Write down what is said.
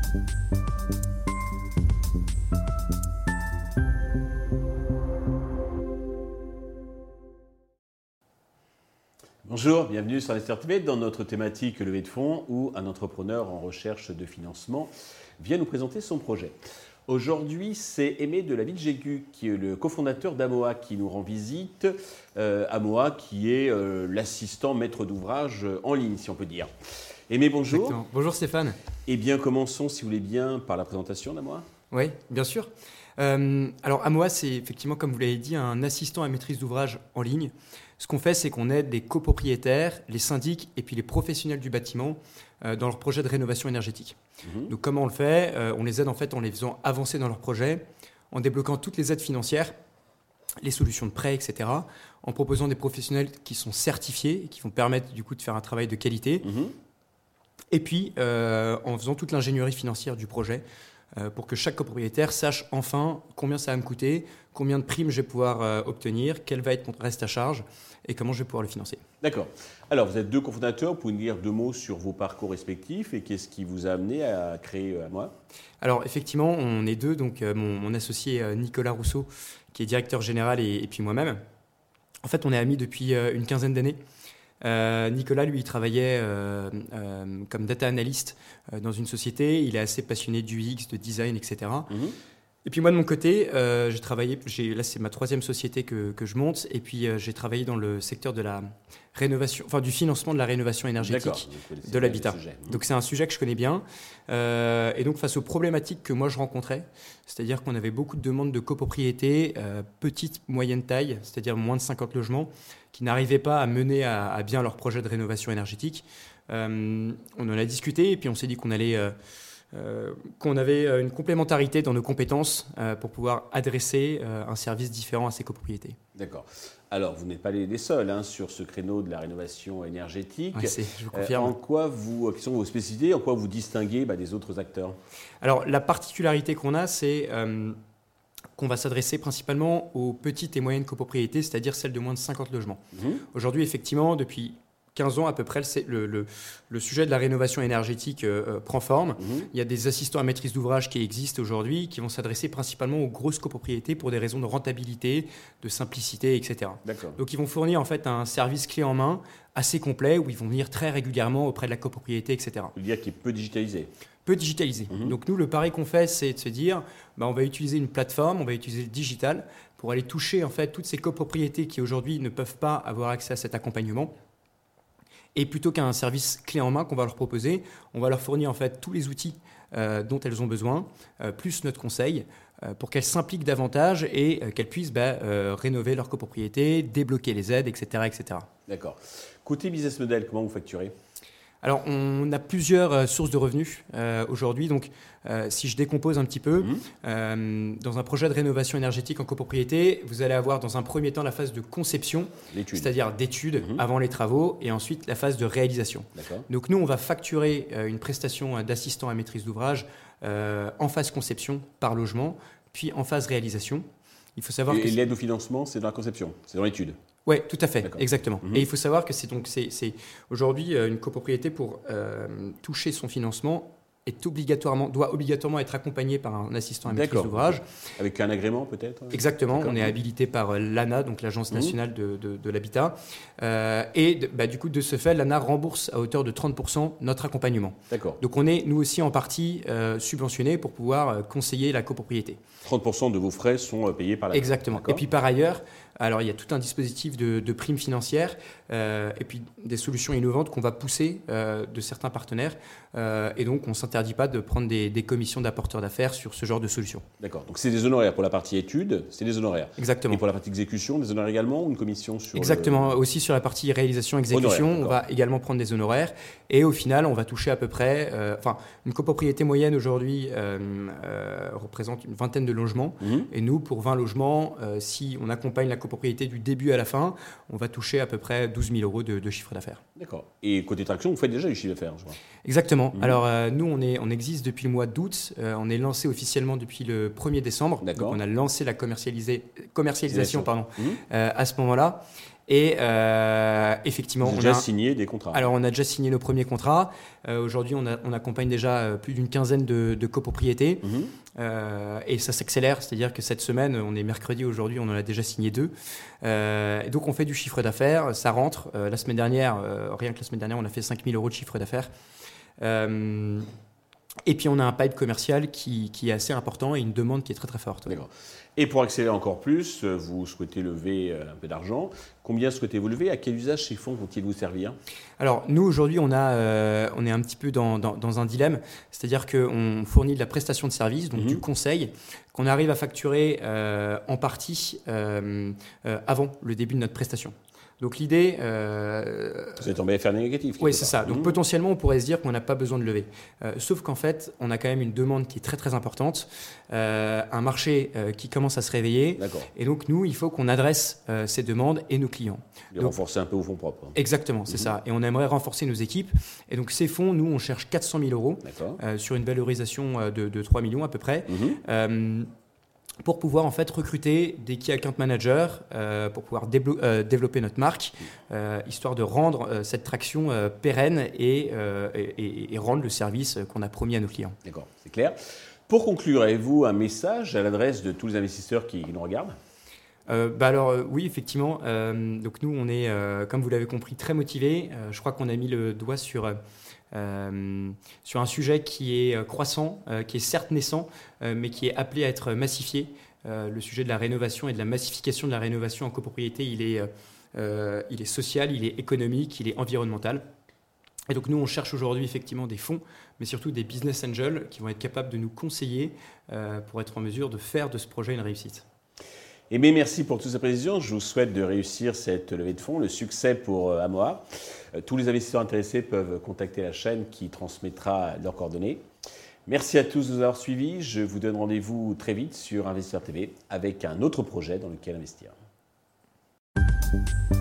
Bonjour, bienvenue sur Investir TV dans notre thématique levée de fonds où un entrepreneur en recherche de financement vient nous présenter son projet. Aujourd'hui, c'est Aimé de la Villegécu qui est le cofondateur d'Amoa qui nous rend visite. Amoa qui est l'assistant maître d'ouvrage en ligne, si on peut dire. Aimé, bonjour. Exactement. Bonjour Stéphane. Eh bien, commençons, si vous voulez bien, par la présentation d'Amoa. Oui, bien sûr. Alors Amoa, c'est effectivement, comme vous l'avez dit, un assistant à maîtrise d'ouvrage en ligne. Ce qu'on fait, c'est qu'on aide les copropriétaires, les syndics et puis les professionnels du bâtiment dans leurs projets de rénovation énergétique. Donc comment on le fait ? On les aide en fait en les faisant avancer dans leurs projets, en débloquant toutes les aides financières, les solutions de prêt, etc., en proposant des professionnels qui sont certifiés et qui vont permettre du coup de faire un travail de qualité. Et puis en faisant toute l'ingénierie financière du projet, pour que chaque copropriétaire sache enfin combien ça va me coûter, combien de primes je vais pouvoir obtenir, quel va être mon reste à charge et comment je vais pouvoir le financer. D'accord. Alors, vous êtes deux cofondateurs. Vous pouvez nous dire deux mots sur vos parcours respectifs et qu'est-ce qui vous a amené à créer Amoa ? Alors, effectivement, on est deux. Donc, mon associé Nicolas Rousseau, qui est directeur général, et puis moi-même. En fait, on est amis depuis une quinzaine d'années. Nicolas, lui, il travaillait comme data analyst dans une société. Il est assez passionné du UX, de design, etc. Et puis moi, de mon côté, j'ai travaillé, là c'est ma troisième société que je monte, et puis j'ai travaillé dans le secteur de la rénovation, enfin du financement de la rénovation énergétique de l'habitat. Donc c'est un sujet que je connais bien. Et donc face aux problématiques que moi je rencontrais, c'est-à-dire qu'on avait beaucoup de demandes de copropriété, petite, moyenne taille, c'est-à-dire moins de 50 logements, qui n'arrivaient pas à mener à bien leur projet de rénovation énergétique. On en a discuté, et puis on s'est dit qu'on avait une complémentarité dans nos compétences pour pouvoir adresser un service différent à ces copropriétés. D'accord. Alors, vous n'êtes pas les seuls sur ce créneau de la rénovation énergétique. Oui, je vous confirme. Quelles sont vos spécificités ? En quoi vous distinguez des autres acteurs ? Alors, la particularité qu'on a, c'est qu'on va s'adresser principalement aux petites et moyennes copropriétés, c'est-à-dire celles de moins de 50 logements. Aujourd'hui, effectivement, depuis 15 ans à peu près, le sujet de la rénovation énergétique prend forme. Il y a des assistants à maîtrise d'ouvrage qui existent aujourd'hui, qui vont s'adresser principalement aux grosses copropriétés pour des raisons de rentabilité, de simplicité, etc. Donc ils vont fournir en fait un service clé en main assez complet où ils vont venir très régulièrement auprès de la copropriété, etc. Vous voulez dire qu'il est peu digitalisé ? Peu digitalisé. Donc nous, le pari qu'on fait, c'est de se dire, on va utiliser une plateforme, on va utiliser le digital pour aller toucher en fait toutes ces copropriétés qui aujourd'hui ne peuvent pas avoir accès à cet accompagnement. Et plutôt qu'un service clé en main qu'on va leur proposer, on va leur fournir en fait tous les outils dont elles ont besoin, plus notre conseil, pour qu'elles s'impliquent davantage et qu'elles puissent rénover leur copropriété, débloquer les aides, etc. etc. D'accord. Côté business model, comment vous facturez ? Alors, on a plusieurs sources de revenus aujourd'hui. Donc, si je décompose un petit peu, dans un projet de rénovation énergétique en copropriété, vous allez avoir dans un premier temps la phase de conception, c'est-à-dire d'études avant les travaux, et ensuite la phase de réalisation. Donc, nous, on va facturer une prestation d'assistant à maîtrise d'ouvrage en phase conception par logement, puis en phase réalisation. Il faut savoir que l'aide au financement, c'est dans la conception, c'est dans l'étude. Oui, tout à fait, exactement. Et il faut savoir que c'est aujourd'hui une copropriété pour toucher son financement doit obligatoirement être accompagée par un assistant à maîtrise d'ouvrage. Avec un agrément peut-être ? Exactement, on est habilité par l'ANA, donc l'Agence nationale de l'habitat. Du coup, de ce fait, l'ANA rembourse à hauteur de 30% notre accompagnement. Donc on est, nous aussi, en partie subventionnés pour pouvoir conseiller la copropriété. 30% de vos frais sont payés par l'ANA. Exactement. Et puis par ailleurs, alors il y a tout un dispositif de primes financières et puis des solutions innovantes qu'on va pousser de certains partenaires. Et donc, on ne s'interdit pas de prendre des commissions d'apporteurs d'affaires sur ce genre de solutions. D'accord. Donc, c'est des honoraires pour la partie étude, c'est des honoraires. Exactement. Et pour la partie exécution, des honoraires également ou une commission sur Exactement. Aussi sur la partie réalisation-exécution, on va également prendre des honoraires. Et au final, on va toucher à peu près... une copropriété moyenne aujourd'hui représente une vingtaine de logements. Et nous, pour 20 logements, si on accompagne la copropriété du début à la fin, on va toucher à peu près 12 000 euros de chiffre d'affaires. D'accord. Et côté traction, vous faites déjà du chiffre d'affaires, je vois. Exactement. Alors, nous, on existe depuis le mois d'août. On est lancé officiellement depuis le 1er décembre. Donc, on a lancé la commercialisation à ce moment-là. Et effectivement, on a déjà signé des contrats. Alors, on a déjà signé nos premiers contrats. Aujourd'hui, on accompagne déjà plus d'une quinzaine de copropriétés. Et ça s'accélère, c'est-à-dire que cette semaine, on est mercredi aujourd'hui, on en a déjà signé 2. Et donc, on fait du chiffre d'affaires, ça rentre. La semaine dernière, rien que la semaine dernière, on a fait 5 000 € de chiffre d'affaires. Et puis, on a un pipe commercial qui est assez important et une demande qui est très, très forte. D'accord. Et pour accélérer encore plus, vous souhaitez lever un peu d'argent. Combien souhaitez-vous lever? À quel usage ces fonds vont-ils vous servir? Alors, nous, aujourd'hui, on est un petit peu dans un dilemme. C'est-à-dire qu'on fournit de la prestation de service, donc du conseil, qu'on arrive à facturer en partie avant le début de notre prestation. Donc l'idée... Vous êtes en BFR négatif. Oui, c'est ça. Donc potentiellement, on pourrait se dire qu'on n'a pas besoin de lever. Sauf qu'en fait, on a quand même une demande qui est très très importante, un marché qui commence à se réveiller. D'accord. Et donc nous, il faut qu'on adresse ces demandes et nos clients. Et renforcer un peu vos fonds propres. Exactement, c'est ça. Et on aimerait renforcer nos équipes. Et donc ces fonds, nous, on cherche 400 000 € sur une valorisation de 3 millions à peu près. Pour pouvoir en fait recruter des key account managers, pour pouvoir développer notre marque, histoire de rendre cette traction pérenne et rendre le service qu'on a promis à nos clients. D'accord, c'est clair. Pour conclure, avez-vous un message à l'adresse de tous les investisseurs qui nous regardent? Oui, effectivement. Donc nous, on est, comme vous l'avez compris, très motivés. Je crois qu'on a mis le doigt sur un sujet qui est croissant, qui est certes naissant, mais qui est appelé à être massifié. Le sujet de la rénovation et de la massification de la rénovation en copropriété, il est social, il est économique, il est environnemental. Et donc nous, on cherche aujourd'hui effectivement des fonds, mais surtout des business angels qui vont être capables de nous conseiller pour être en mesure de faire de ce projet une réussite. Eh bien, merci pour toutes ces précisions. Je vous souhaite de réussir cette levée de fonds, le succès pour Amoa. Tous les investisseurs intéressés peuvent contacter la chaîne qui transmettra leurs coordonnées. Merci à tous de nous avoir suivis. Je vous donne rendez-vous très vite sur Investisseur TV avec un autre projet dans lequel investir.